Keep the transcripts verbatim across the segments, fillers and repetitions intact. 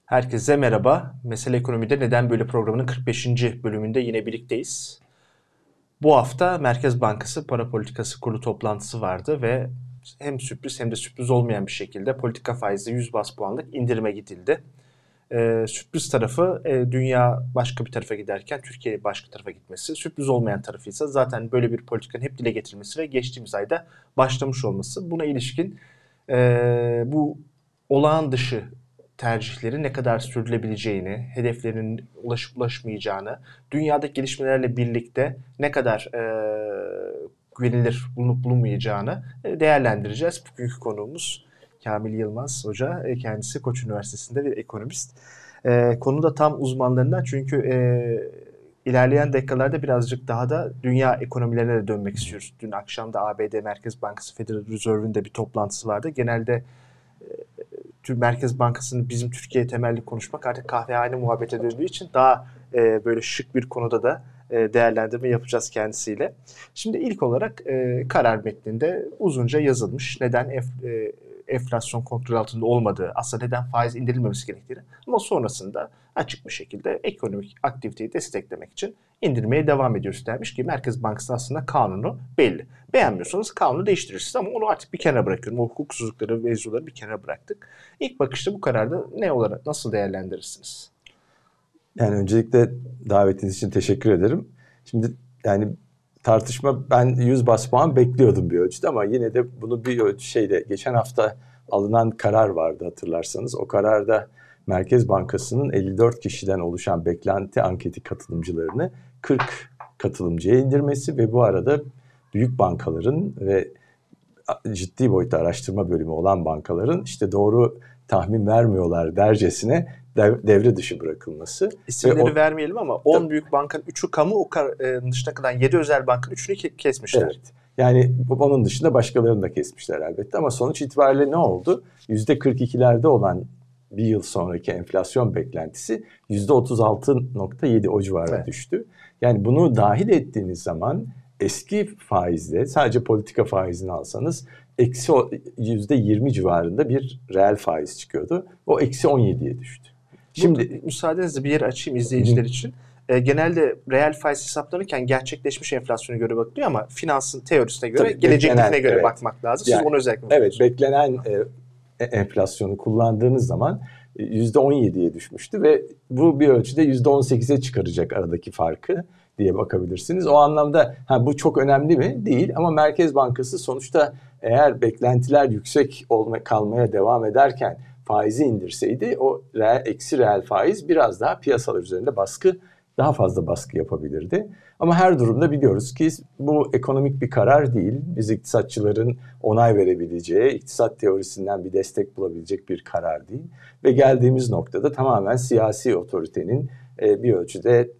Herkese merhaba. Mesele Ekonomi'de Neden Böyle programının kırk beşinci bölümünde yine birlikteyiz. Bu hafta Merkez Bankası Para Politikası Kurulu toplantısı vardı ve hem sürpriz hem de sürpriz olmayan bir şekilde politika faizi yüz baz puanlık indirime gidildi. Ee, sürpriz tarafı e, dünya başka bir tarafa giderken Türkiye başka tarafa gitmesi. Sürpriz olmayan tarafı ise zaten böyle bir politikanın hep dile getirilmesi ve geçtiğimiz ayda başlamış olması. Buna ilişkin e, bu olağan dışı tercihleri ne kadar sürdürülebileceğini, hedeflerinin ulaşıp ulaşmayacağını, dünyadaki gelişmelerle birlikte ne kadar e, güvenilir bulunup bulunmayacağını e, değerlendireceğiz. Bugünkü konuğumuz Kamil Yılmaz Hoca, e, kendisi Koç Üniversitesi'nde bir ekonomist. E, konu da tam uzmanlarından çünkü e, ilerleyen dakikalarda birazcık daha da dünya ekonomilerine de dönmek istiyoruz. Dün akşam da A B D Merkez Bankası Federal Reserve'ün de bir toplantısı vardı. Genelde e, Merkez Bankası'nın bizim Türkiye temelli konuşmak artık kahvehane muhabbete döndüğü için daha e, böyle şık bir konuda da e, değerlendirme yapacağız kendisiyle. Şimdi ilk olarak e, karar metninde uzunca yazılmış. Neden ef, e, enflasyon kontrol altında olmadığı, aslında neden faiz indirilmemesi gerektiğini, ama sonrasında açık bir şekilde ekonomik aktiviteyi desteklemek için indirmeye devam ediyoruz demiş ki Merkez Bankası aslında kanunu belli. Beğenmiyorsanız kanunu değiştirirsiniz ama onu artık bir kenara bırakıyorum. O hukuksuzlukları, mevzuları bir kenara bıraktık. İlk bakışta bu kararda ne olarak, nasıl değerlendirirsiniz? Yani öncelikle davetiniz için teşekkür ederim. Şimdi yani tartışma, ben yüz bas puan bekliyordum bir ölçüde ama yine de bunu bir ölçü şeyde, geçen hafta alınan karar vardı hatırlarsanız. O kararda Merkez Bankası'nın elli dört kişiden oluşan beklenti anketi katılımcılarını kırk katılımcıya indirmesi ve bu arada büyük bankaların ve ciddi boyutta araştırma bölümü olan bankaların işte doğru tahmin vermiyorlar dercesine devre dışı bırakılması. İsimleri o, vermeyelim ama on tabii, büyük bankanın üçü kamu, o dışına kalan yedi özel bankanın üçünü kesmişler. Evet. Yani onun dışında başkalarını da kesmişler elbette ama sonuç itibariyle ne oldu? yüzde kırk ikilerde olan bir yıl sonraki enflasyon beklentisi yüzde otuz altı nokta yedi o civarına evet. düştü. Yani bunu dahil ettiğiniz zaman eski faizle, sadece politika faizini alsanız eksi yüzde yirmi civarında bir reel faiz çıkıyordu. O eksi on yediye düştü. Şimdi burada, müsaadenizle bir yeri açayım izleyiciler için. E, genelde reel faiz hesaplanırken gerçekleşmiş enflasyona göre bakılıyor ama finansın teorisine göre, tabii, gelecektekine göre evet. bakmak lazım. Siz yani, onu özellikle evet, beklenen e, enflasyonu kullandığınız zaman yüzde on yediye düşmüştü ve bu bir ölçüde yüzde on sekize çıkaracak aradaki farkı diye bakabilirsiniz. O anlamda ha, bu çok önemli mi? Değil ama Merkez Bankası sonuçta eğer beklentiler yüksek olma, kalmaya devam ederken faizi indirseydi o reel, eksi reel faiz biraz daha piyasalar üzerinde baskı, daha fazla baskı yapabilirdi. Ama her durumda biliyoruz ki bu ekonomik bir karar değil. Biz iktisatçıların onay verebileceği, iktisat teorisinden bir destek bulabilecek bir karar değil. Ve geldiğimiz noktada tamamen siyasi otoritenin e, bir ölçüde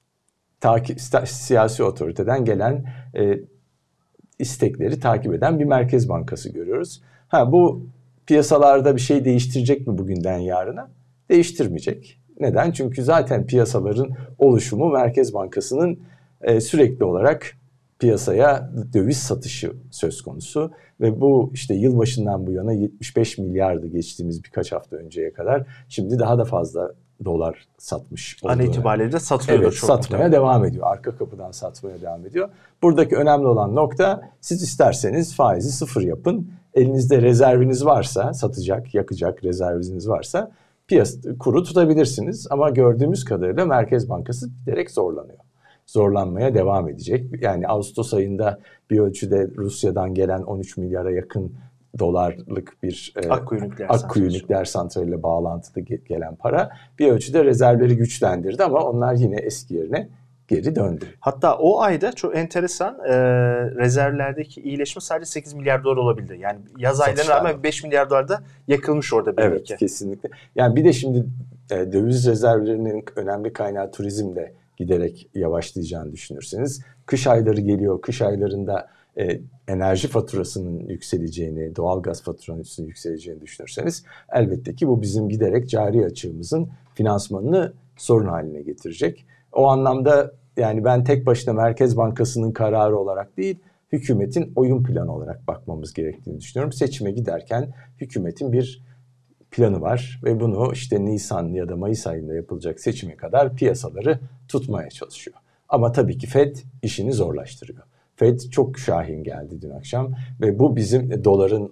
takip, siyasi otoriteden gelen e, istekleri takip eden bir Merkez Bankası görüyoruz. Ha, bu piyasalarda bir şey değiştirecek mi bugünden yarına? Değiştirmeyecek. Neden? Çünkü zaten piyasaların oluşumu Merkez Bankası'nın e, sürekli olarak piyasaya döviz satışı söz konusu. Ve bu işte yılbaşından bu yana yetmiş beş milyardı geçtiğimiz birkaç hafta önceye kadar. Şimdi daha da fazla dolar satmış olduğunu. An itibariyle de satıyordur. Evet, çok satmaya muhtemelen devam ediyor. Arka kapıdan satmaya devam ediyor. Buradaki önemli olan nokta, siz isterseniz faizi sıfır yapın. Elinizde rezerviniz varsa, satacak, yakacak rezerviniz varsa piyasa kuru tutabilirsiniz. Ama gördüğümüz kadarıyla Merkez Bankası giderek zorlanıyor. Zorlanmaya devam edecek. Yani Ağustos ayında bir ölçüde Rusya'dan gelen on üç milyara yakın dolarlık bir Akkuyu Nükleer, Akkuyu Nükleer Santrali ile bağlantılı gelen para bir ölçüde rezervleri güçlendirdi ama onlar yine eski yerine geri döndü. Hatta o ayda çok enteresan e, rezervlerdeki iyileşme sadece sekiz milyar dolar olabildi. Yani yaz aylarına rağmen beş milyar dolar da yakılmış orada belli evet, ki. Evet, kesinlikle. Yani bir de şimdi e, döviz rezervlerinin önemli kaynağı turizm de giderek yavaşlayacağını düşünürseniz, kış ayları geliyor. Kış aylarında e, enerji faturasının yükseleceğini, doğalgaz faturasının yükseleceğini düşünürseniz elbette ki bu bizim giderek cari açığımızın finansmanını sorun haline getirecek. O anlamda yani ben tek başına Merkez Bankası'nın kararı olarak değil, hükümetin oyun planı olarak bakmamız gerektiğini düşünüyorum. Seçime giderken hükümetin bir planı var ve bunu işte Nisan ya da Mayıs ayında yapılacak seçime kadar piyasaları tutmaya çalışıyor. Ama tabii ki Fed işini zorlaştırıyor. Fed çok şahin geldi dün akşam ve bu bizim doların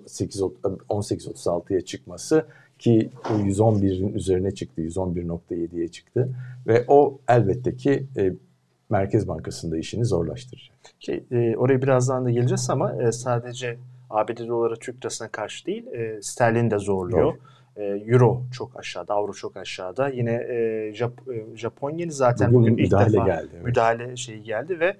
on sekiz otuz altıya çıkması ki yüz on birin üzerine çıktı, yüz on bir nokta yediye çıktı ve o elbette ki e, Merkez Bankası'nda işini zorlaştıracak. Ki, e, oraya birazdan da geleceğiz ama e, sadece A B D doları Türk lirasına karşı değil, e, sterlin de zorluyor. E, Euro çok aşağıda, Avro çok aşağıda. Yine e, Jap- e, Japon yeni zaten bugün, bugün ilk defa geldi, evet. müdahale şeyi geldi ve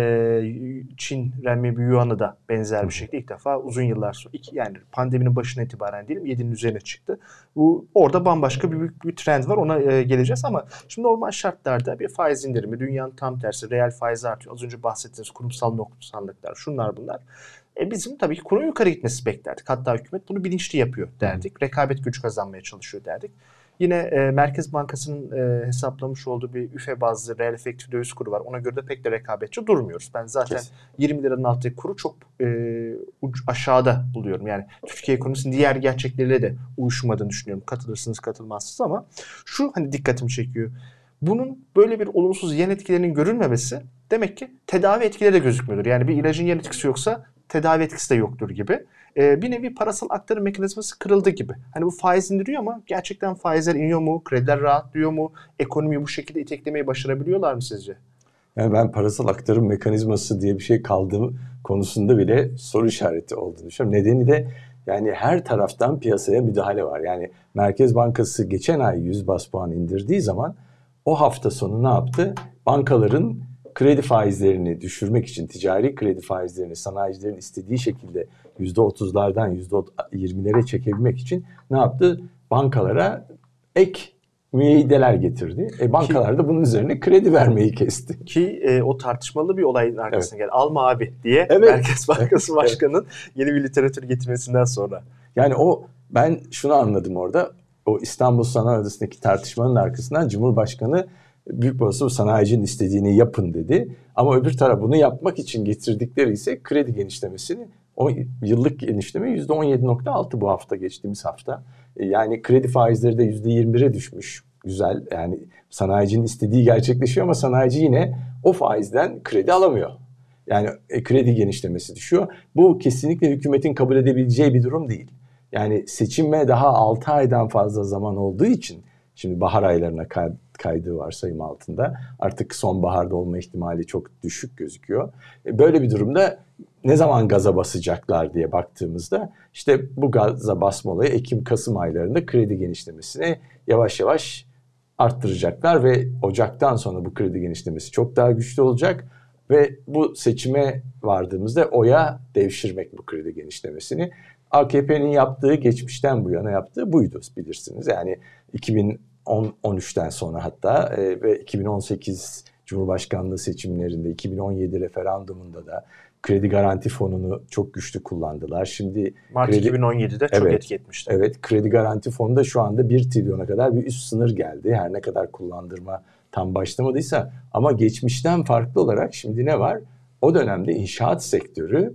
e, Çin renminbi yuanı da benzer bir şekilde ilk defa uzun yıllar sonra, iki, yani pandeminin başına itibaren diyelim yedinin üzerine çıktı. Bu orada bambaşka bir büyük bir trend var, ona e, geleceğiz ama şimdi normal şartlarda bir faiz indirimi, dünyanın tam tersi, reel faiz artıyor. Az önce bahsettiğiniz kurumsal noksanlıklar, şunlar bunlar. E bizim tabii ki kurun yukarı gitmesi beklerdik. Hatta hükümet bunu bilinçli yapıyor derdik. Rekabet gücü kazanmaya çalışıyor derdik. Yine e, Merkez Bankası'nın e, hesaplamış olduğu bir üfe bazlı reel efektif döviz kuru var. Ona göre de pek de rekabetçi durmuyoruz. Ben zaten Kesin. yirmi liranın altındaki kuru çok e, uç, aşağıda buluyorum. Yani Türkiye ekonomisinin diğer gerçekleriyle de uyuşmadığını düşünüyorum. Katılırsınız katılmazsınız ama şu hani dikkatimi çekiyor. Bunun böyle bir olumsuz yan etkilerinin görülmemesi demek ki tedavi etkileri de gözükmüyordur. Yani bir ilacın yan etkisi yoksa tedavi etkisi de yoktur gibi. Ee, bir nevi parasal aktarım mekanizması kırıldı gibi. Hani bu faiz indiriyor ama gerçekten faizler iniyor mu? Krediler rahatlıyor mu? Ekonomiyi bu şekilde iteklemeyi başarabiliyorlar mı sizce? Yani ben parasal aktarım mekanizması diye bir şey kaldığım konusunda bile soru işareti olduğunu düşünüyorum. Nedeni de yani her taraftan piyasaya müdahale var. Yani Merkez Bankası geçen ay yüz bas puan indirdiği zaman o hafta sonu ne yaptı? Bankaların kredi faizlerini düşürmek için, ticari kredi faizlerini sanayicilerin istediği şekilde yüzde otuzlardan yüzde yirmilere çekebilmek için ne yaptı? Bankalara ek müeyyideler getirdi. E bankalar da bunun üzerine kredi vermeyi kesti. Ki e, o tartışmalı bir olayın arkasına evet. geldi. Alma abi diye evet. Merkez Bankası evet. Başkanı'nın yeni bir literatür getirmesinden sonra. Yani o ben şunu anladım orada. O İstanbul Sanayi Odası'ndaki tartışmanın arkasından Cumhurbaşkanı büyük olasılıkla sanayicinin istediğini yapın dedi. Ama öbür taraf bunu yapmak için getirdikleri ise kredi genişlemesini, o yıllık genişleme yüzde on yedi nokta altı bu hafta, geçtiğimiz hafta. Yani kredi faizleri de yüzde yirmi bire düşmüş. Güzel, yani sanayicinin istediği gerçekleşiyor ama sanayici yine o faizden kredi alamıyor. Yani e, kredi genişlemesi düşüyor. Bu kesinlikle hükümetin kabul edebileceği bir durum değil. Yani seçime daha altı aydan fazla zaman olduğu için, şimdi bahar aylarına kay- kaydığı varsayım altında artık sonbaharda olma ihtimali çok düşük gözüküyor. E, böyle bir durumda ne zaman gaza basacaklar diye baktığımızda işte bu gaza basma olayı Ekim-Kasım aylarında kredi genişlemesini yavaş yavaş arttıracaklar ve Ocak'tan sonra bu kredi genişlemesi çok daha güçlü olacak ve bu seçime vardığımızda oya devşirmek bu kredi genişlemesini. A K P'nin yaptığı, geçmişten bu yana yaptığı buydu bilirsiniz. Yani iki bin on üçten sonra hatta e, ve iki bin on sekiz Cumhurbaşkanlığı seçimlerinde, iki bin on yedi referandumunda da kredi garanti fonunu çok güçlü kullandılar. Şimdi Mart kredi, iki bin on yedide çok evet, etki etmişti. Evet, kredi garanti fonu da şu anda bir trilyona kadar bir üst sınır geldi. Her ne kadar kullandırma tam başlamadıysa, ama geçmişten farklı olarak şimdi ne var? O dönemde inşaat sektörü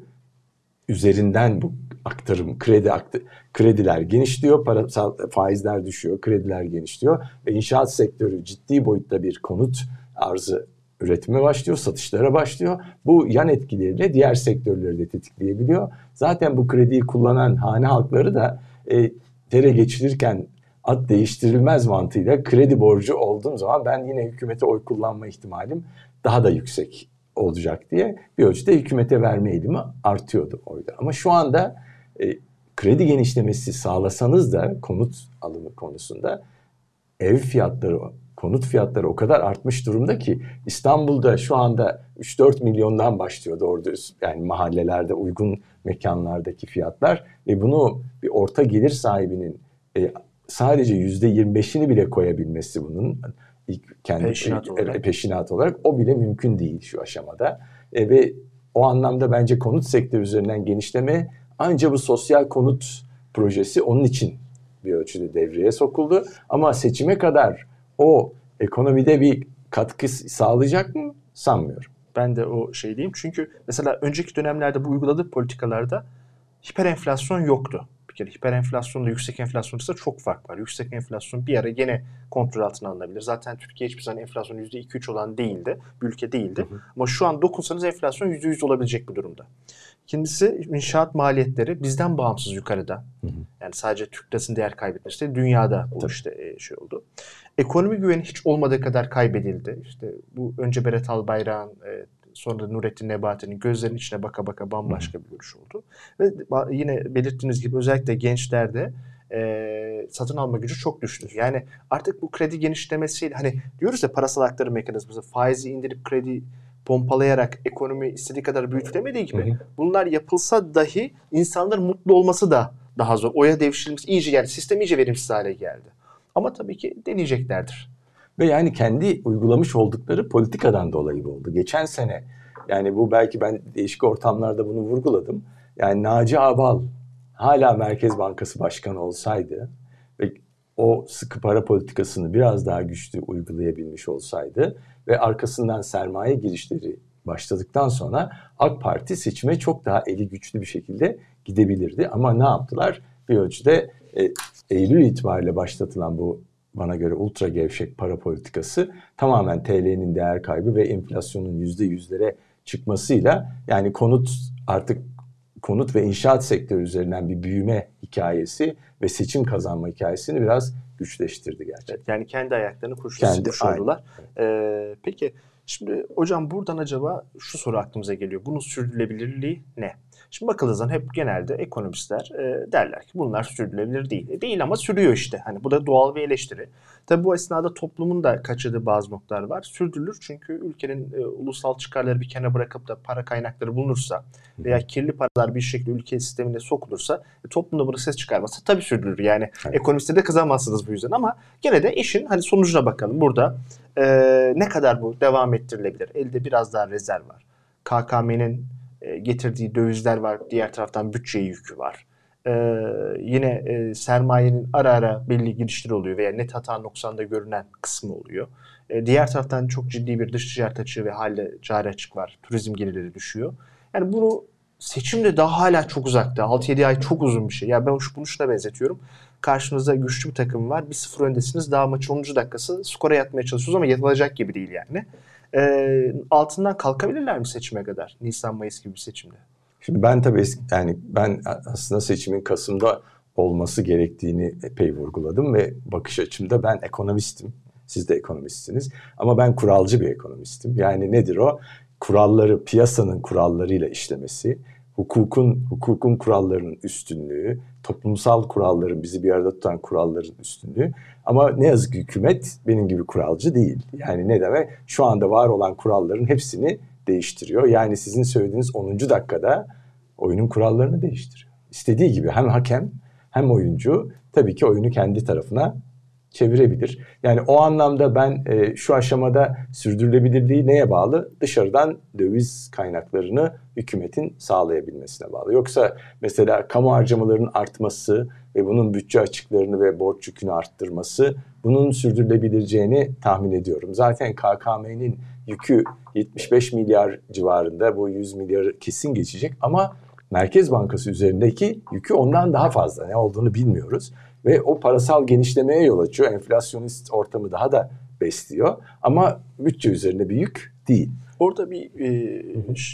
üzerinden bu aktarım, kredi aktı, krediler genişliyor, parasal faizler düşüyor, krediler genişliyor ve inşaat sektörü ciddi boyutta bir konut arzı üretime başlıyor, satışlara başlıyor. Bu yan etkileriyle diğer sektörleri de tetikleyebiliyor. Zaten bu krediyi kullanan hane halkları da e, tere geçirirken ad değiştirilmez mantığıyla kredi borcu olduğum zaman ben yine hükümete oy kullanma ihtimalim daha da yüksek olacak diye bir ölçüde hükümete verme eğilimi artıyordu oyda. Ama şu anda e, kredi genişlemesi sağlasanız da konut alımı konusunda ev fiyatları, konut fiyatları o kadar artmış durumda ki İstanbul'da şu anda üç dört milyondan başlıyor doğru düz, yani mahallelerde, uygun mekanlardaki fiyatlar ve bunu bir orta gelir sahibinin e, sadece yüzde yirmi beşini bile koyabilmesi, bunun ilk kendi peşinat olarak. peşinat olarak o bile mümkün değil şu aşamada. E, ve o anlamda bence konut sektörü üzerinden genişleme, ancak bu sosyal konut projesi onun için bir ölçüde devreye sokuldu. Ama seçime kadar o ekonomide bir katkı sağlayacak mı? Sanmıyorum. Ben de o şey diyeyim. Çünkü mesela önceki dönemlerde bu uyguladığı politikalarda hiperenflasyon yoktu. Bir kere hiper enflasyonla yüksek enflasyon arasında çok fark var. Yüksek enflasyon bir ara gene kontrol altına alınabilir. Zaten Türkiye hiçbir zaman enflasyon yüzde iki üç olan değildi. Bir ülke değildi. Hı hı. Ama şu an dokunsanız enflasyon yüzde yüz olabilecek bir durumda. İkincisi inşaat maliyetleri bizden bağımsız yukarıda. Hı hı. Yani sadece Türk lirasının değer kaybetmesi değil, dünyada bu işte şey oldu. Ekonomi güveni hiç olmadığı kadar kaybedildi. İşte bu önce Berat Albayrak'ın, sonra Nurettin Nebati'nin gözlerinin içine baka baka bambaşka bir görüş oldu. Ve yine belirttiğiniz gibi özellikle gençlerde e, satın alma gücü çok düştü. Yani artık bu kredi genişlemesiyle, hani diyoruz ya, parasal aktarım mekanizması, faizi indirip kredi pompalayarak ekonomi istediği kadar büyütülemediği gibi, hı hı, bunlar yapılsa dahi insanların mutlu olması da daha zor. Oya devşirilmesi iyice geldi. Sistem iyice verimsiz hale geldi. Ama tabii ki deneyeceklerdir. Ve yani kendi uygulamış oldukları politikadan dolayı oldu. Geçen sene, yani bu belki ben değişik ortamlarda bunu vurguladım. Yani Naci Ağbal hala Merkez Bankası Başkanı olsaydı ve o sıkı para politikasını biraz daha güçlü uygulayabilmiş olsaydı ve arkasından sermaye girişleri başladıktan sonra AK Parti seçime çok daha eli güçlü bir şekilde gidebilirdi. Ama ne yaptılar? Bir ölçüde e, Eylül itibariyle başlatılan bu bana göre ultra gevşek para politikası tamamen T L'nin değer kaybı ve enflasyonun yüzde yüzlere çıkmasıyla, yani konut artık konut ve inşaat sektörü üzerinden bir büyüme hikayesi ve seçim kazanma hikayesini biraz güçleştirdi gerçekten. Evet, yani kendi ayaklarını kurşunlamış oldular. Ee, peki şimdi hocam buradan acaba şu soru aklımıza geliyor. Bunun sürdürülebilirliği ne? Şimdi bakıldığı zaman hep genelde ekonomistler e, derler ki bunlar sürdürülebilir değil. E, değil ama sürüyor işte. Hani bu da doğal bir eleştiri. Tabii bu esnada toplumun da kaçırdığı bazı noktalar var. Sürdürülür çünkü ülkenin e, ulusal çıkarları bir kenara bırakıp da para kaynakları bulunursa veya kirli paralar bir şekilde ülke sistemine sokulursa, e, toplumda bunu ses çıkarmazsa tabii sürdürülür. Yani evet, ekonomistleri de kızamazsınız bu yüzden, ama gene de işin hani sonucuna bakalım. Burada e, ne kadar bu devam ettirilebilir? Elde biraz daha rezerv var. K K M'nin getirdiği dövizler var. Diğer taraftan bütçe yükü var. Ee, yine e, sermayenin ara ara belli girişleri oluyor veya net hata noksanda görünen kısmı oluyor. Ee, diğer taraftan çok ciddi bir dış ticaret açığı ve halde cari açık var. Turizm gelirleri düşüyor. Yani bunu seçimde daha hala çok uzakta. altı yedi ay çok uzun bir şey. Ya ben bunu şuna benzetiyorum. Karşınızda güçlü bir takım var. bir sıfır öndesiniz. Daha maçın onuncu dakikası skora yatmaya çalışıyorsunuz ama yatılacak gibi değil yani. E, altından kalkabilirler mi seçime kadar? Nisan-Mayıs gibi bir seçimde. Şimdi ben tabii eski, yani ben aslında seçimin Kasım'da olması gerektiğini epey vurguladım ve bakış açımda ben ekonomistim. Siz de ekonomistsiniz. Ama ben kuralcı bir ekonomistim. Yani nedir o? Kuralları, piyasanın kurallarıyla işlemesi, hukukun hukukun kurallarının üstünlüğü, toplumsal kuralların, bizi bir arada tutan kuralların üstünlüğü. Ama ne yazık ki hükümet benim gibi kuralcı değil. Yani ne demek? Şu anda var olan kuralların hepsini değiştiriyor. Yani sizin söylediğiniz onuncu dakikada oyunun kurallarını değiştiriyor. İstediği gibi hem hakem hem oyuncu tabii ki oyunu kendi tarafına çevirebilir. Yani o anlamda ben e, şu aşamada sürdürülebilirliği neye bağlı? Dışarıdan döviz kaynaklarını hükümetin sağlayabilmesine bağlı. Yoksa mesela kamu harcamalarının artması ve bunun bütçe açıklarını ve borç yükünü arttırması, bunun sürdürülebileceğini tahmin ediyorum. Zaten K K M'nin yükü yetmiş beş milyar civarında, bu yüz milyarı kesin geçecek ama Merkez Bankası üzerindeki yükü ondan daha fazla. Ne olduğunu bilmiyoruz. Ve o parasal genişlemeye yol açıyor. Enflasyonist ortamı daha da besliyor. Ama bütçe üzerinde bir yük değil. Orada bir e,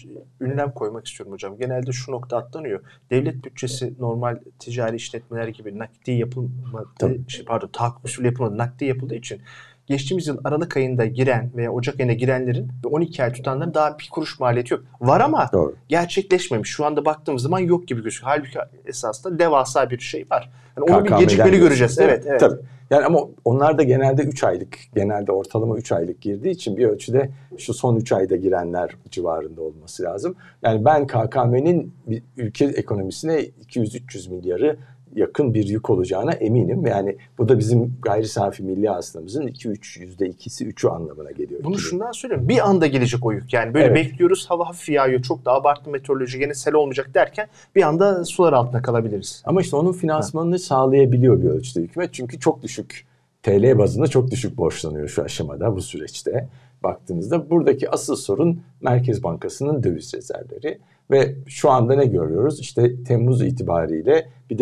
ünlem koymak istiyorum hocam. Genelde şu nokta atlanıyor. Devlet bütçesi normal ticari işletmeler gibi nakdi yapılmadı, şey, pardon tahakkuk usulü yapılmadı, nakdi yapıldığı için geçtiğimiz yıl Aralık ayında giren veya Ocak ayında girenlerin ve on iki ay tutanların daha bir kuruş maliyeti yok. Var ama doğru, gerçekleşmemiş. Şu anda baktığımız zaman yok gibi gözüküyor. Halbuki esasında devasa bir şey var. Yani onu bir gecikmeli göreceğiz. Evet, evet. Tabii. Yani ama onlar da genelde üç aylık, genelde ortalama üç aylık girdiği için bir ölçüde şu son üç ayda girenler civarında olması lazım. Yani ben K K M'nin bir ülke ekonomisine iki yüz üç yüz milyarı yakın bir yük olacağına eminim. Yani bu da bizim gayri safi milli hasılamızın iki üç yüzde ikisi üçü anlamına geliyor. Bunu şundan söylüyorum. Bir anda gelecek o yük. Yani böyle evet, bekliyoruz, hava hafif yağıyor, çok da abartı meteoroloji, gene sel olmayacak derken bir anda sular altında kalabiliriz. Ama işte onun finansmanını ha. sağlayabiliyor bir ölçüde hükümet. Çünkü çok düşük T L bazında çok düşük borçlanıyor şu aşamada, bu süreçte. Baktığınızda buradaki asıl sorun Merkez Bankası'nın döviz rezervleri ve şu anda ne görüyoruz? İşte Temmuz itibariyle bir de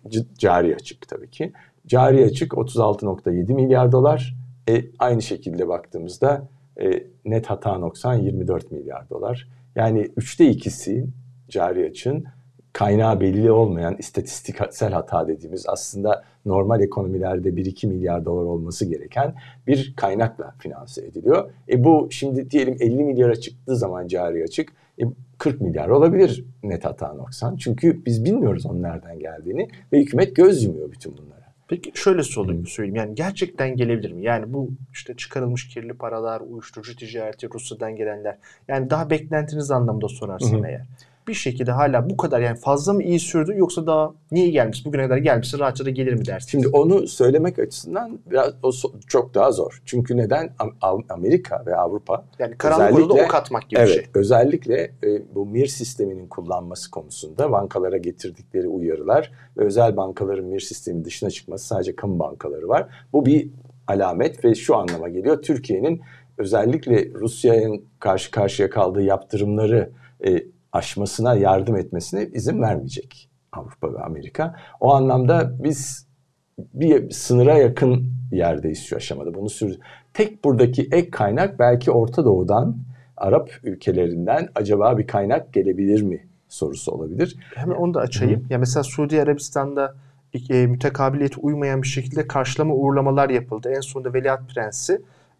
c- cari açık tabii ki. Cari açık otuz altı nokta yedi milyar dolar. E, aynı şekilde baktığımızda e, net hata noksan yirmi dört milyar dolar. Yani üçte ikisi cari açığın kaynağı belli olmayan istatistiksel hata dediğimiz aslında normal ekonomilerde bir iki milyar dolar olması gereken bir kaynakla finanse ediliyor. E bu şimdi diyelim elli milyara çıktığı zaman cari açık e kırk milyar olabilir net hata noksan. Çünkü biz bilmiyoruz onun nereden geldiğini ve hükümet göz yumuyor bütün bunlara. Peki şöyle söyleyeyim, yani gerçekten gelebilir mi? Yani bu işte çıkarılmış kirli paralar, uyuşturucu ticareti, Rusya'dan gelenler. Yani daha beklentiniz anlamında sorarsam eğer. Bir şekilde hala bu kadar yani fazla mı iyi sürdü yoksa daha niye gelmiş? Bugüne kadar gelmişse rahatça da gelir mi dersin? Şimdi onu söylemek açısından biraz o çok daha zor. Çünkü neden? Amerika ve Avrupa yani karanlık odada ok atmak gibi evet, bir şey. Özellikle e, bu M I R sisteminin kullanması konusunda bankalara getirdikleri uyarılar ve özel bankaların M I R sistemi dışına çıkması, sadece kamu bankaları var. Bu bir alamet ve şu anlama geliyor. Türkiye'nin özellikle Rusya'nın karşı karşıya kaldığı yaptırımları e, aşmasına yardım etmesine izin vermeyecek Avrupa ve Amerika. O anlamda biz bir sınıra yakın yerdeyiz şu aşamada. Bunu sür. Tek buradaki ek kaynak belki Orta Doğu'dan, Arap ülkelerinden acaba bir kaynak gelebilir mi sorusu olabilir. Hemen onu da açayım. Hı. Ya mesela Suudi Arabistan'da e, mütekabiliyete uymayan bir şekilde karşılama uğurlamalar yapıldı. En sonunda Veliaht Prensi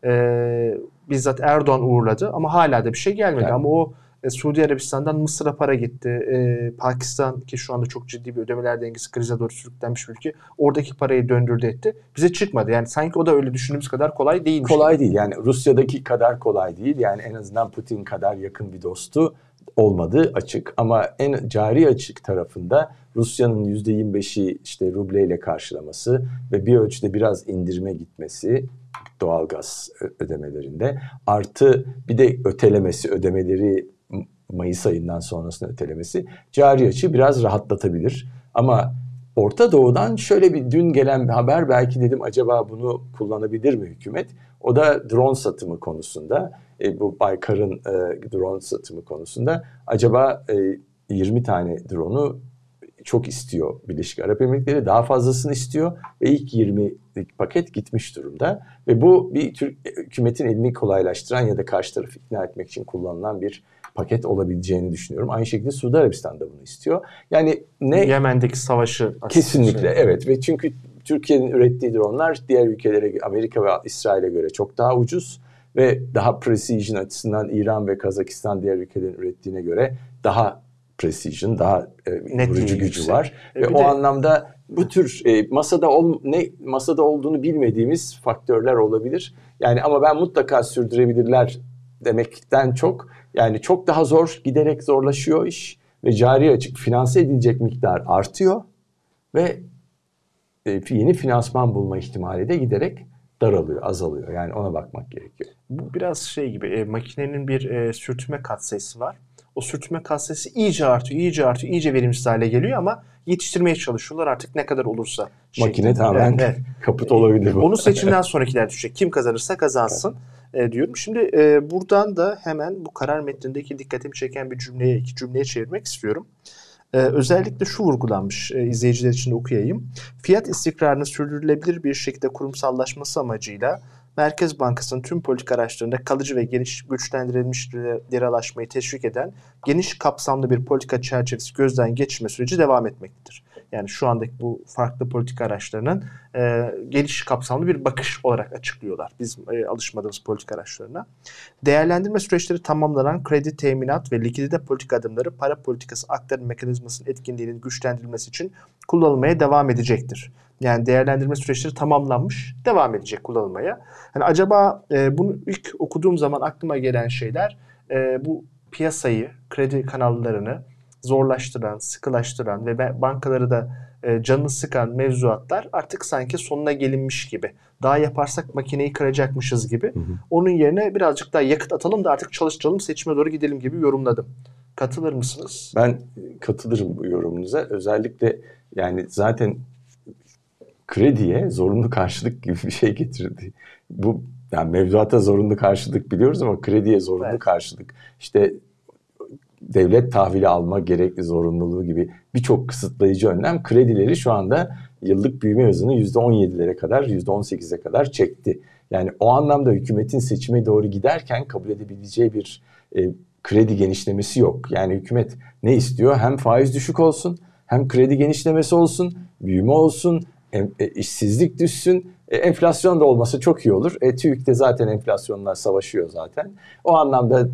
e, bizzat Erdoğan uğurladı ama hala da bir şey gelmedi. Yani. Ama o e, Suudi Arabistan'dan Mısır'a para gitti. E, Pakistan ki şu anda çok ciddi bir ödemeler dengesi krize doğru sürüklenmiş bir ülke. Oradaki parayı döndürdü etti. Bize çıkmadı. Yani sanki o da öyle düşündüğümüz kadar kolay değilmiş. Kolay değil. Yani Rusya'daki kadar kolay değil. Yani en azından Putin kadar yakın bir dostu olmadığı açık. Ama en cari açık tarafında Rusya'nın yüzde yirmi beşi işte rubleyle karşılaması ve bir ölçüde biraz indirime gitmesi doğalgaz ödemelerinde, artı bir de ötelemesi, ödemeleri Mayıs ayından sonrasında ötelemesi cari açığı biraz rahatlatabilir. Ama Orta Doğu'dan şöyle bir dün gelen bir haber, belki dedim acaba bunu kullanabilir mi hükümet? O da drone satımı konusunda, e, bu Baykar'ın e, drone satımı konusunda acaba e, yirmi tane drone'u çok istiyor Birleşik Arap Emirlikleri, daha fazlasını istiyor ve ilk yirmilik paket gitmiş durumda. Ve bu bir Türk hükümetin elini kolaylaştıran ya da karşı tarafı ikna etmek için kullanılan bir paket olabileceğini düşünüyorum. Aynı şekilde Suudi Arabistan da bunu istiyor. Yani ne Yemen'deki savaşı kesinlikle şey. Evet ve çünkü Türkiye'nin ürettiği dronlar diğer ülkelere, Amerika ve İsrail'e göre çok daha ucuz ve daha precision açısından İran ve Kazakistan diğer ülkelerin ürettiğine göre daha precision, daha e, vurucu gücü yüksek. Var. E, ve o de, anlamda bu tür e, masada ol, ne masada olduğunu bilmediğimiz faktörler olabilir. Yani ama ben mutlaka sürdürebilirler demekten çok, yani çok daha zor, giderek zorlaşıyor iş ve cari açık finanse edilecek miktar artıyor ve e, yeni finansman bulma ihtimali de giderek daralıyor, azalıyor. Yani ona bakmak gerekiyor. Bu biraz şey gibi, e, makinenin bir e, sürtünme katsayısı var. O sürtünme katsayısı iyice artıyor, iyice artıyor, iyice verimsiz hale geliyor ama yetiştirmeye çalışıyorlar artık ne kadar olursa. Makine şeklinde. Tamamen evet, kaput olabilir bu. Onu seçimden sonrakiler düşecek. Kim kazanırsa kazansın evet. e, diyorum. Şimdi e, buradan da hemen bu karar metnindeki dikkatimi çeken bir cümleye, iki cümleye çevirmek istiyorum. Ee, özellikle şu vurgulanmış, e, izleyiciler için de okuyayım. Fiyat istikrarını sürdürülebilir bir şekilde kurumsallaşması amacıyla Merkez Bankası'nın tüm politika araçlarında kalıcı ve geniş güçlendirilmiş liralaşmayı teşvik eden geniş kapsamlı bir politika çerçevesi gözden geçirme süreci devam etmektedir. Yani şu andaki bu farklı politika araçlarının e, geniş kapsamlı bir bakış olarak açıklıyorlar. Biz e, alışmadığımız politika araçlarına. Değerlendirme süreçleri tamamlanan kredi, teminat ve likidite politika adımları para politikası aktarım mekanizmasının etkinliğinin güçlendirilmesi için kullanılmaya devam edecektir. Yani değerlendirme süreçleri tamamlanmış, devam edecek kullanılmaya. Yani acaba e, bunu ilk okuduğum zaman aklıma gelen şeyler e, bu piyasayı, kredi kanallarını zorlaştıran, sıkılaştıran ve bankaları da e, canını sıkan mevzuatlar artık sanki sonuna gelinmiş gibi. Daha yaparsak makineyi kıracakmışız gibi. Hı hı. Onun yerine birazcık daha yakıt atalım da artık çalıştıralım, seçime doğru gidelim gibi yorumladım. Katılır mısınız? Ben katılırım bu yorumunuza. Özellikle yani zaten krediye zorunlu karşılık gibi bir şey getirdi. Bu yani mevduata zorunlu karşılık biliyoruz ama krediye zorunlu evet. karşılık. İşte devlet tahvili alma gerekli zorunluluğu gibi birçok kısıtlayıcı önlem kredileri şu anda yıllık büyüme hızını yüzde on yedilere kadar, yüzde on sekize kadar çekti. Yani o anlamda hükümetin seçime doğru giderken kabul edebileceği bir e, kredi genişlemesi yok. Yani hükümet ne istiyor? Hem faiz düşük olsun, hem kredi genişlemesi olsun, büyüme olsun, e, e, işsizlik düşsün, e, enflasyon da olması çok iyi olur. E, TÜİK'te zaten enflasyonlar savaşıyor zaten. O anlamda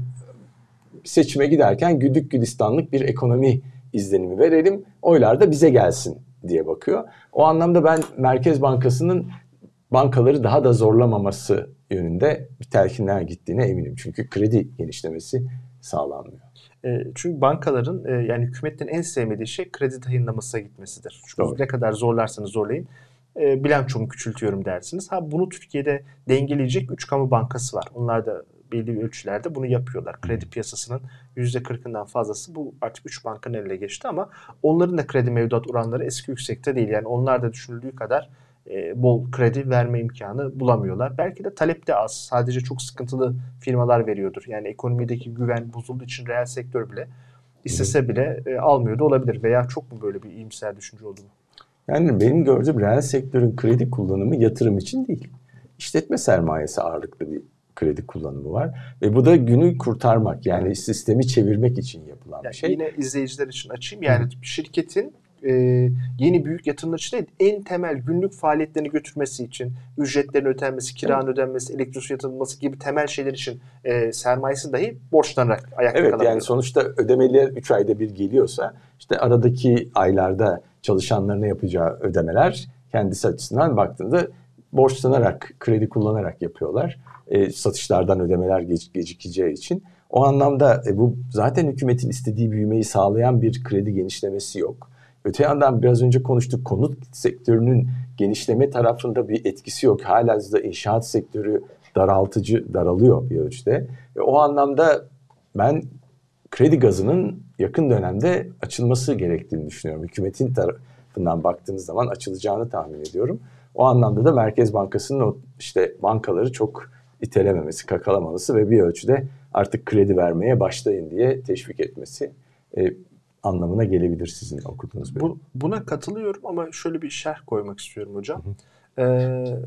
seçime giderken güdük gülistanlık bir ekonomi izlenimi verelim, oylar da bize gelsin diye bakıyor. O anlamda ben Merkez Bankası'nın bankaları daha da zorlamaması yönünde bir telkinler gittiğine eminim. Çünkü kredi genişlemesi sağlanmıyor. E, çünkü bankaların e, yani hükümetin en sevmediği şey kredi dayınlamasına gitmesidir. Çünkü Doğru. ne kadar zorlarsanız zorlayın e, bilançomu küçültüyorum dersiniz. Ha bunu Türkiye'de dengeleyecek üç kamu bankası var. Onlar da belli ölçülerde bunu yapıyorlar. Kredi piyasasının yüzde kırkından fazlası bu artık üç bankanın eline geçti ama onların da kredi mevduat oranları eski yüksekte değil. Yani onlar da düşünüldüğü kadar e, bol kredi verme imkanı bulamıyorlar. Belki de talep de az. Sadece çok sıkıntılı firmalar veriyordur. Yani ekonomideki güven bozulduğu için reel sektör bile istese bile e, almıyor da olabilir. Veya çok mu böyle bir iyimser düşünce oldu mu? Yani benim gördüğüm reel sektörün kredi kullanımı yatırım için değil. İşletme sermayesi ağırlıklı bir kredi kullanımı var. Ve bu da günü kurtarmak, yani sistemi çevirmek için yapılan yani bir şey. Yine izleyiciler için açayım. Yani Hı. şirketin e, yeni büyük yatırımlar için değil, en temel günlük faaliyetlerini götürmesi için, ücretlerin ödenmesi, kiranın evet. ödenmesi, elektrik yatırılması gibi temel şeyler için e, sermayesi dahi borçlanarak ayakta evet, kalabiliyor. Yani sonuçta ödemeler üç ayda bir geliyorsa işte aradaki aylarda çalışanlarına yapacağı ödemeler kendisi açısından baktığında borçlanarak, kredi kullanarak yapıyorlar. E, satışlardan ödemeler geç, gecikeceği için. O anlamda e, bu zaten hükümetin istediği büyümeyi sağlayan bir kredi genişlemesi yok. Öte yandan biraz önce konuştuk, konut sektörünün genişleme tarafında bir etkisi yok. Halihazırda inşaat sektörü daraltıcı, daralıyor bir ölçüde. E, o anlamda ben kredi gazının yakın dönemde açılması gerektiğini düşünüyorum. Hükümetin tarafından baktığınız zaman açılacağını tahmin ediyorum. O anlamda da Merkez Bankası'nın o işte bankaları çok itelememesi, kakalamaması ve bir ölçüde artık kredi vermeye başlayın diye teşvik etmesi e, anlamına gelebilir sizin okuduğunuz bölüm. Bu, buna katılıyorum ama şöyle bir şerh koymak istiyorum hocam. Hı hı. Ee,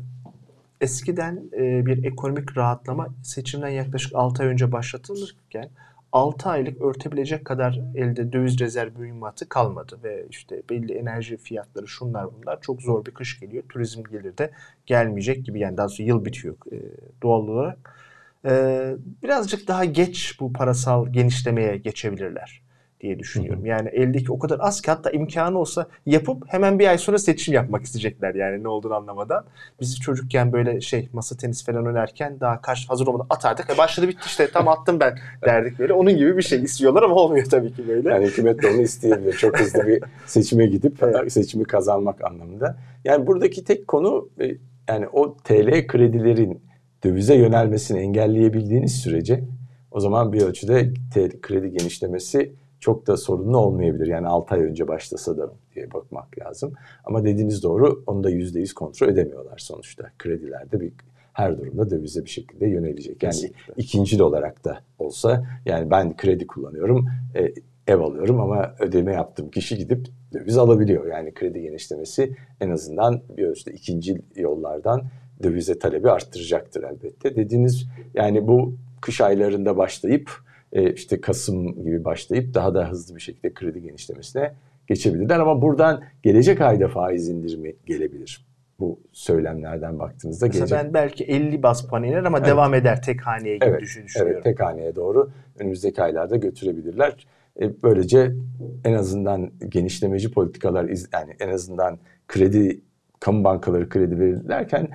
eskiden e, bir ekonomik rahatlama seçimden yaklaşık altı ay önce başlatılırken altı aylık örtebilecek kadar elde döviz rezerv mühimmatı kalmadı ve işte belli enerji fiyatları şunlar bunlar çok zor bir kış geliyor. Turizm gelir de gelmeyecek gibi, yani daha sonra yıl bitiyor e, doğal olarak. E, birazcık daha geç bu parasal genişlemeye geçebilirler diye düşünüyorum. Hı hı. Yani eldeki o kadar az ki hatta imkanı olsa yapıp hemen bir ay sonra seçim yapmak isteyecekler yani ne olduğunu anlamadan. Biz çocukken böyle şey masa tenisi falan oynarken daha karşı hazır olmadan atardık. E başladı bitti işte tam attım ben derdik böyle. Onun gibi bir şey istiyorlar ama olmuyor tabii ki böyle. Yani hükümet de onu isteyebilir. Çok hızlı bir seçime gidip evet. seçimi kazanmak anlamında. Yani buradaki tek konu yani o T L kredilerin dövize yönelmesini engelleyebildiğiniz sürece o zaman bir ölçüde kredi genişlemesi çok da sorunlu olmayabilir. Yani altı ay önce başlasa da diye bakmak lazım. Ama dediğiniz doğru, onu da yüzde yüz kontrol edemiyorlar sonuçta. Kredilerde bir her durumda dövize bir şekilde yönelecek. Yani Kesinlikle. ikincil olarak da olsa yani ben kredi kullanıyorum, e, ev alıyorum ama ödeme yaptığım kişi gidip döviz alabiliyor. Yani kredi genişlemesi en azından bir ölçüde ikincil yollardan dövize talebi arttıracaktır elbette. Dediğiniz yani bu kış aylarında başlayıp işte Kasım gibi başlayıp daha da hızlı bir şekilde kredi genişlemesine geçebilirler. Ama buradan gelecek ayda faiz indirimi gelebilir. Bu söylemlerden baktığınızda. Mesela gelecek... ben belki elli bas puan iner ama evet. devam eder tek haneye gibi evet, düşünüyorum. Evet, tek haneye doğru önümüzdeki aylarda götürebilirler. Böylece en azından genişlemeci politikalar, yani en azından kredi, kamu bankaları kredi verirlerken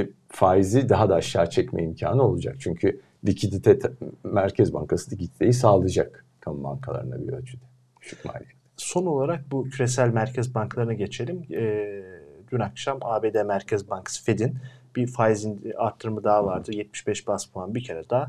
faizi daha da aşağı çekme imkanı olacak. Çünkü likidite, Merkez Bankası likiditeyi sağlayacak kamu bankalarına bir ölçüde. Düşük maliyet. Son olarak bu küresel merkez bankalarına geçelim. E, dün akşam A B D Merkez Bankası Fed'in bir faiz arttırımı daha vardı. Hı hı. yetmiş beş bas puan bir kere daha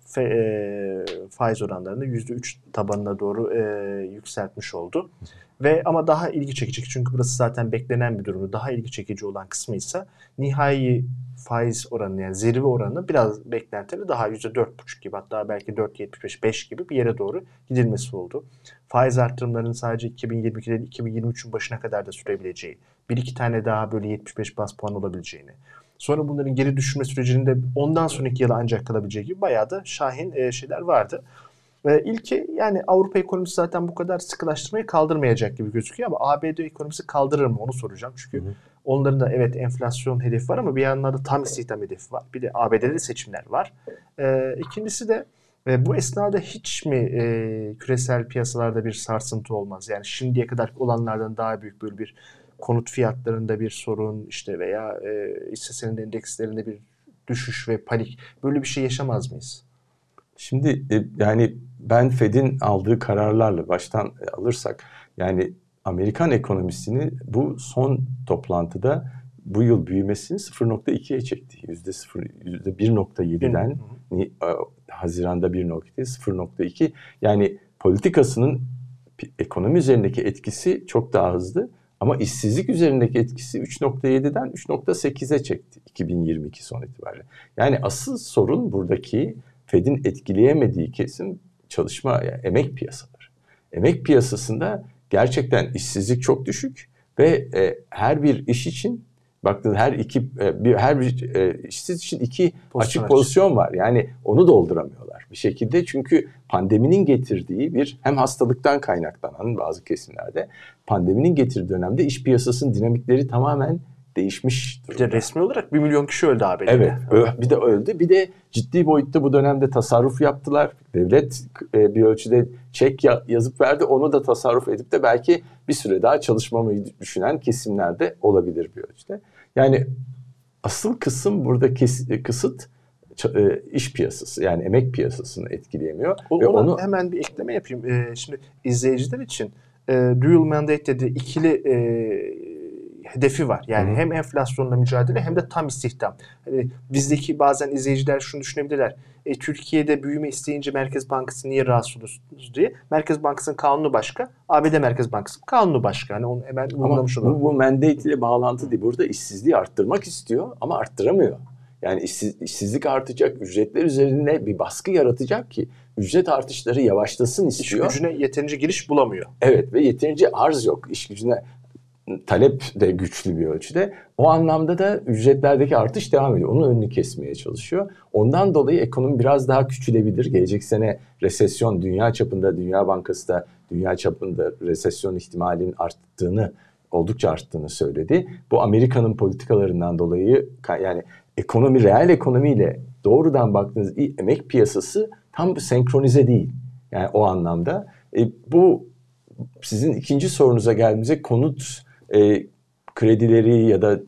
fe, e, faiz oranlarını yüzde üç tabanına doğru e, yükseltmiş oldu. Ve ama daha ilgi çekici, çünkü burası zaten beklenen bir durum. Daha ilgi çekici olan kısmı ise nihai faiz oranı, yani zirve oranı biraz beklentili daha yüzde dört buçuk gibi, hatta belki dört virgül yetmiş beş beş gibi bir yere doğru gidilmesi oldu. Faiz artırımlarının sadece iki bin yirmi ikiden iki bin yirmi üçün başına kadar da sürebileceği, bir iki tane daha böyle yetmiş beş baz puan olabileceğini, sonra bunların geri düşürme sürecinin de ondan sonraki yıla ancak kalabileceği gibi bayağı da şahin e, şeyler vardı. Ve ilki, yani Avrupa ekonomisi zaten bu kadar sıkılaştırmayı kaldırmayacak gibi gözüküyor, ama A B D ekonomisi kaldırır mı onu soracağım. Çünkü hı hı. onların da evet enflasyon hedefi var ama bir yandan da tam istihdam hedefi var. Bir de A B D'de seçimler var. Ee, ikincisi de e, bu esnada hiç mi e, küresel piyasalarda bir sarsıntı olmaz? Yani şimdiye kadar olanlardan daha büyük böyle bir konut fiyatlarında bir sorun işte veya e, hisse senedi endekslerinde bir düşüş ve panik, böyle bir şey yaşamaz mıyız? Şimdi e, yani ben Fed'in aldığı kararlarla baştan alırsak, yani Amerikan ekonomisini bu son toplantıda bu yıl büyümesini sıfır virgül ikiye çekti. yüzde sıfır, yüzde bir virgül yediden ni, Haziran'da bir virgül yedi, sıfır virgül iki. Yani politikasının ekonomi üzerindeki etkisi çok daha hızlı. Ama işsizlik üzerindeki etkisi üç virgül yediden üç virgül sekize çekti iki bin yirmi iki son itibariyle. Yani asıl sorun buradaki Fed'in etkileyemediği kesim çalışma, yani emek piyasaları. Emek piyasasında gerçekten işsizlik çok düşük ve e, her bir iş için baktığınız her iki e, bir her bir e, işsiz için iki pozisyon açık açık. pozisyon var. Yani onu dolduramıyorlar bir şekilde, çünkü pandeminin getirdiği bir, hem hastalıktan kaynaklanan bazı kesimlerde pandeminin getirdiği dönemde iş piyasasının dinamikleri tamamen değişmiş durumda. Bir de resmi olarak bir milyon kişi öldü A B D'de. Evet, bir de öldü. Bir de ciddi boyutta bu dönemde tasarruf yaptılar. Devlet e, bir ölçüde çek yazıp verdi. Onu da tasarruf edip de belki bir süre daha çalışmamayı düşünen kesimler de olabilir bir ölçüde. Yani asıl kısım burada kes, kısıt e, iş piyasası, yani emek piyasasını etkileyemiyor. O, Ve onu hemen bir ekleme yapayım. Ee, şimdi izleyiciler için e, dual mandate dediği ikili e, hedefi var. Yani Hı-hı. hem enflasyonla mücadele hem de tam istihdam. Hani bizdeki bazen izleyiciler şunu düşünebilirler. E, Türkiye'de büyüme isteyince Merkez Bankası niye rahatsız oluyorsunuz diye. Merkez Bankası'nın kanunu başka. A B D Merkez Bankası kanunu başka. Hani onu hemen vurgulamış olalım. Bu, bu mandate ile bağlantı değil. Burada işsizliği arttırmak istiyor ama arttıramıyor. Yani işsiz, işsizlik artacak, ücretler üzerine bir baskı yaratacak ki ücret artışları yavaşlasın istiyor. İş gücüne yeterince giriş bulamıyor. Evet, ve yeterince arz yok. İş gücüne talep de güçlü bir ölçüde. O anlamda da ücretlerdeki artış devam ediyor. Onun önünü kesmeye çalışıyor. Ondan dolayı ekonomi biraz daha küçülebilir. Gelecek sene resesyon, dünya çapında, Dünya Bankası da dünya çapında resesyon ihtimalinin arttığını, oldukça arttığını söyledi. Bu Amerika'nın politikalarından dolayı, yani ekonomi, reel ekonomiyle doğrudan baktığınız emek piyasası tam senkronize değil. Yani o anlamda. E, bu sizin ikinci sorunuza geldiğimizde konut e, kredileri ya da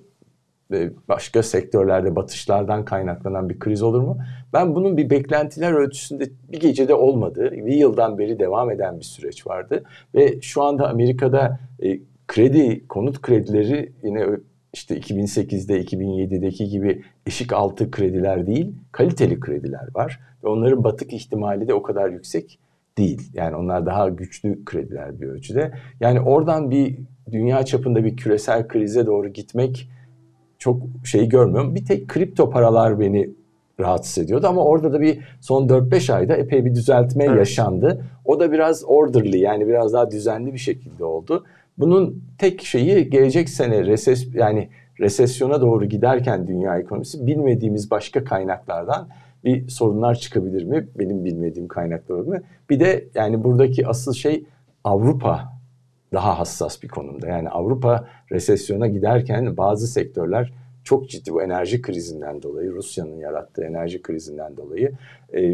e, başka sektörlerde batışlardan kaynaklanan bir kriz olur mu? Ben bunun bir beklentiler ölçüsünde bir gecede olmadığı, bir yıldan beri devam eden bir süreç vardı. Ve şu anda Amerika'da e, kredi, konut kredileri yine işte iki bin sekizde, iki bin yedideki gibi eşik altı krediler değil, kaliteli krediler var. Ve onların batık ihtimali de o kadar yüksek değil. Yani onlar daha güçlü krediler bir ölçüde. Yani oradan bir dünya çapında bir küresel krize doğru gitmek çok şey görmüyorum. Bir tek kripto paralar beni rahatsız ediyordu ama orada da bir son dört beş ayda epey bir düzeltme evet. yaşandı. O da biraz orderly, yani biraz daha düzenli bir şekilde oldu. Bunun tek şeyi gelecek sene reses yani resesyona doğru giderken dünya ekonomisi bilmediğimiz başka kaynaklardan bir sorunlar çıkabilir mi? Benim bilmediğim kaynaklar olur mu? Bir de yani buradaki asıl şey Avrupa daha hassas bir konumda. Yani Avrupa resesyona giderken bazı sektörler çok ciddi, bu enerji krizinden dolayı, Rusya'nın yarattığı enerji krizinden dolayı e,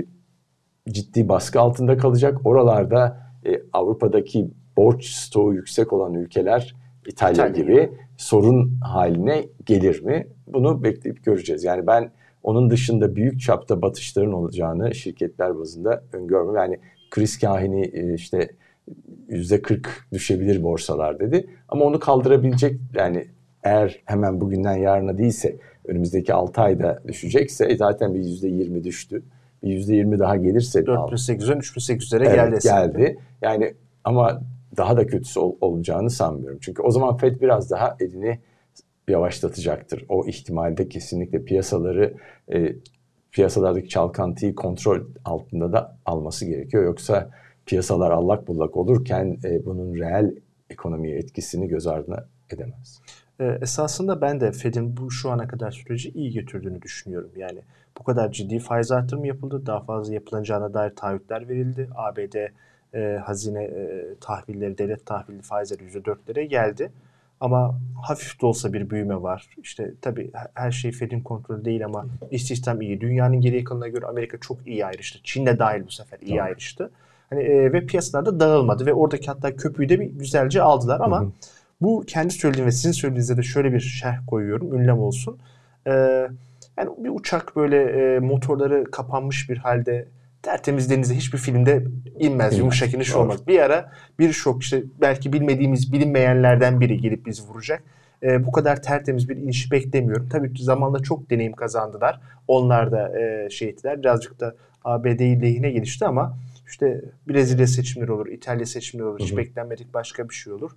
ciddi baskı altında kalacak. Oralarda e, Avrupa'daki borç stoğu yüksek olan ülkeler, İtalya, İtalya gibi sorun haline gelir mi? Bunu bekleyip göreceğiz. Yani ben onun dışında büyük çapta batışların olacağını şirketler bazında öngörmüyorum. Yani kriz kahini işte yüzde kırk düşebilir borsalar dedi. Ama onu kaldırabilecek, yani eğer hemen bugünden yarına değilse önümüzdeki altı ayda düşecekse zaten bir yüzde yirmi düştü. bir yüzde yirmi daha gelirse dört bin sekiz yüzden üç bin sekiz yüzlere evet, geldi. geldi. Yani ama daha da kötüsü ol, olacağını sanmıyorum. Çünkü o zaman Fed biraz daha elini yavaşlatacaktır. O ihtimalde kesinlikle piyasaları e, piyasalardaki çalkantıyı kontrol altında da alması gerekiyor. Yoksa piyasalar allak bullak olurken e, bunun reel ekonomiye etkisini göz ardı edemez. E, esasında ben de Fed'in bu şu ana kadar süreci iyi götürdüğünü düşünüyorum. Yani bu kadar ciddi faiz artırımı yapıldı. Daha fazla yapılacağına dair taahhütler verildi. A B D e, hazine e, tahvilleri, devlet tahvili faizleri yüzde dörtlere geldi. Ama hafif de olsa bir büyüme var. İşte tabii her şey Fed'in kontrolü değil ama istihdam iyi. Dünyanın geri kalanına göre Amerika çok iyi ayrıştı. Çin de dahil bu sefer iyi Tamam. ayrıştı. Hani e, ve piyasalarda dağılmadı ve oradaki hatta köpüğü de bir güzelce aldılar ama hı hı. Bu kendi söylediğim ve sizin söylediğinizde de şöyle bir şerh koyuyorum, ünlem olsun. Ee, yani bir uçak böyle e, motorları kapanmış bir halde tertemiz denize hiçbir filmde inmez, İnmez. Yumuşak iniş Doğru. olmaz. Bir ara bir şok işte belki bilmediğimiz bilinmeyenlerden biri gelip bizi vuracak. Ee, bu kadar tertemiz bir inişi beklemiyorum. Tabii zamanla çok deneyim kazandılar. Onlar da e, şey ettiler. Birazcık da A B D'yi lehine gelişti ama işte Brezilya seçimleri olur, İtalya seçimleri olur. Hiç Hı-hı. beklenmedik başka bir şey olur.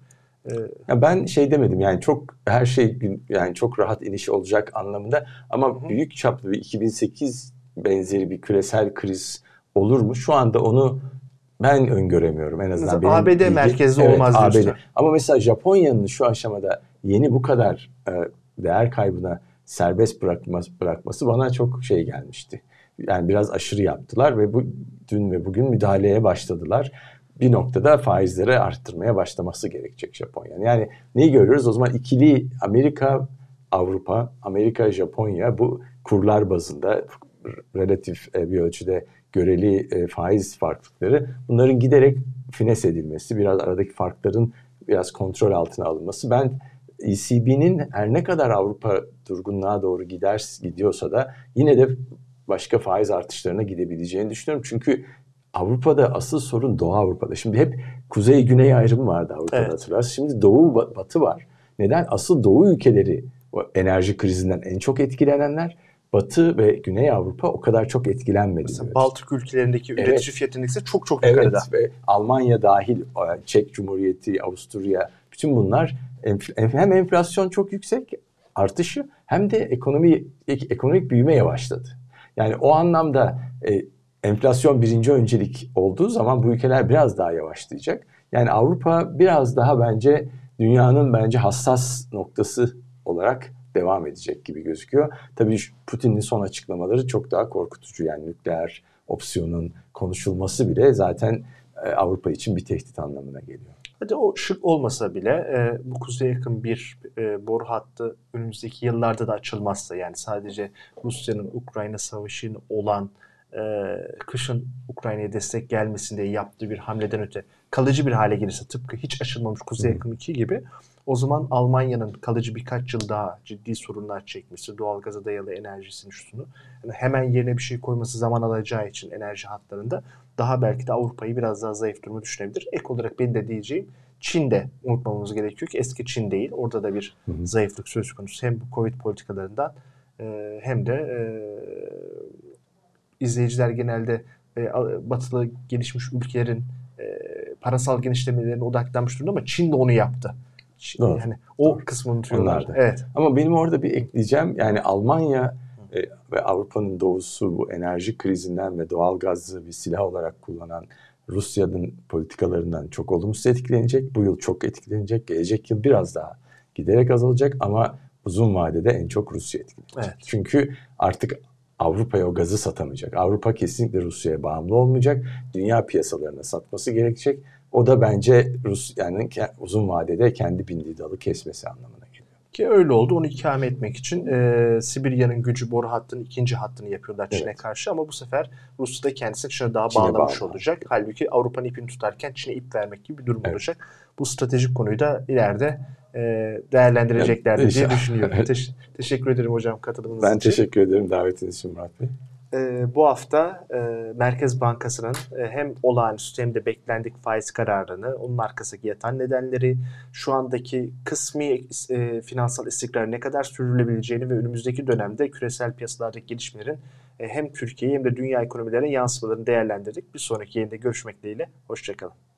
Ya ben şey demedim yani çok her şey yani çok rahat iniş olacak anlamında ama hı hı. büyük çaplı bir iki bin sekiz benzeri bir küresel kriz olur mu? Şu anda onu ben öngöremiyorum en azından. Mesela A B D bilgi, merkezli evet, olmaz diyorsun. A B D. Ama mesela Japonya'nın şu aşamada yeni bu kadar e, değer kaybına serbest bırakması, bırakması bana çok şey gelmişti. Yani biraz aşırı yaptılar ve bu dün ve bugün müdahaleye başladılar. Bir noktada faizleri arttırmaya başlaması gerekecek Japonya'nın. Yani neyi görüyoruz? O zaman ikili Amerika, Avrupa, Amerika, Japonya bu kurlar bazında relatif bir ölçüde göreli faiz farklılıkları bunların giderek fines edilmesi, biraz aradaki farkların biraz kontrol altına alınması. Ben E C B'nin her ne kadar Avrupa durgunluğa doğru gider gidiyorsa da yine de başka faiz artışlarına gidebileceğini düşünüyorum. Çünkü Avrupa'da asıl sorun Doğu Avrupa'da. Şimdi hep kuzey-güney ayrımı vardı Avrupa'da evet. hatırlarsınız. Şimdi doğu-batı var. Neden? Asıl doğu ülkeleri o enerji krizinden en çok etkilenenler. Batı ve Güney Avrupa o kadar çok etkilenmedi. Mesela Baltık ülkelerindeki üretici evet. fiyat endeksi çok çok yukarıda. Evet ve Almanya dahil, Çek Cumhuriyeti, Avusturya bütün bunlar hem enflasyon çok yüksek artışı hem de ekonomi ekonomik büyüme yavaşladı. Yani o anlamda e, enflasyon birinci öncelik olduğu zaman bu ülkeler biraz daha yavaşlayacak. Yani Avrupa biraz daha bence dünyanın bence hassas noktası olarak devam edecek gibi gözüküyor. Tabii Putin'in son açıklamaları çok daha korkutucu. Yani nükleer opsiyonun konuşulması bile zaten Avrupa için bir tehdit anlamına geliyor. Hadi o şık olmasa bile e, bu kuzeye yakın bir e, boru hattı önümüzdeki yıllarda da açılmazsa yani sadece Rusya'nın Ukrayna savaşı'nın olan e, kışın Ukrayna'ya destek gelmesin diye yaptığı bir hamleden öte kalıcı bir hale gelirse tıpkı hiç açılmamış Kuzey Yakın iki gibi o zaman Almanya'nın kalıcı birkaç yıl daha ciddi sorunlar çekmesi, doğalgaza dayalı enerjisini şusunu yani hemen yerine bir şey koyması zaman alacağı için enerji hatlarında daha belki de Avrupa'yı biraz daha zayıf duruma düşünebilir. Ek olarak benim de diyeceğim Çin'de unutmamamız gerekiyor ki eski Çin değil. Orada da bir hı hı. zayıflık söz konusu. Hem bu Covid politikalarından e, hem de e, izleyiciler genelde e, batılı gelişmiş ülkelerin e, parasal genişlemelerine odaklanmış durumda ama Çin de onu yaptı. Çin, Doğru. Yani o Doğru. kısmını unutuyorlar. Evet. Ama benim orada bir ekleyeceğim yani Almanya e, ve Avrupa'nın doğusu bu enerji krizinden ve doğal gazı bir silah olarak kullanan Rusya'nın politikalarından çok olumsuz etkilenecek. Bu yıl çok etkilenecek. Gelecek yıl biraz daha giderek azalacak ama uzun vadede en çok Rusya etkilenecek. Evet. Çünkü artık Avrupa'ya o gazı satamayacak. Avrupa kesinlikle Rusya'ya bağımlı olmayacak. Dünya piyasalarına satması gerekecek. O da bence Rusya'nın uzun vadede kendi bindiği dalı kesmesi anlamına geliyor. Ki öyle oldu. Onu ikame etmek için e, Sibirya'nın gücü boru hattının ikinci hattını yapıyorlar Çin'e evet. karşı ama bu sefer Rusya da kendisini Çin'e daha Çin'e bağlamış bağlı. olacak. Halbuki Avrupa'nın ipini tutarken Çin'e ip vermek gibi bir durum evet. olacak. Bu stratejik konuyu da ileride e, değerlendireceklerdir evet. diye düşünüyorum. Evet. Teş- teşekkür ederim hocam katılımınız ben için. Ben teşekkür ederim davetiniz için Murat Bey. Ee, bu hafta e, Merkez Bankası'nın e, hem olağanüstü hem de beklendik faiz kararını, onun arkasındaki yatan nedenleri, şu andaki kısmi e, finansal istikrar ne kadar sürdürülebileceğini ve önümüzdeki dönemde küresel piyasalardaki gelişmelerin hem Türkiye'yi hem de dünya ekonomilerine yansımalarını değerlendirdik. Bir sonraki yayında görüşmek dileğiyle. Hoşçakalın.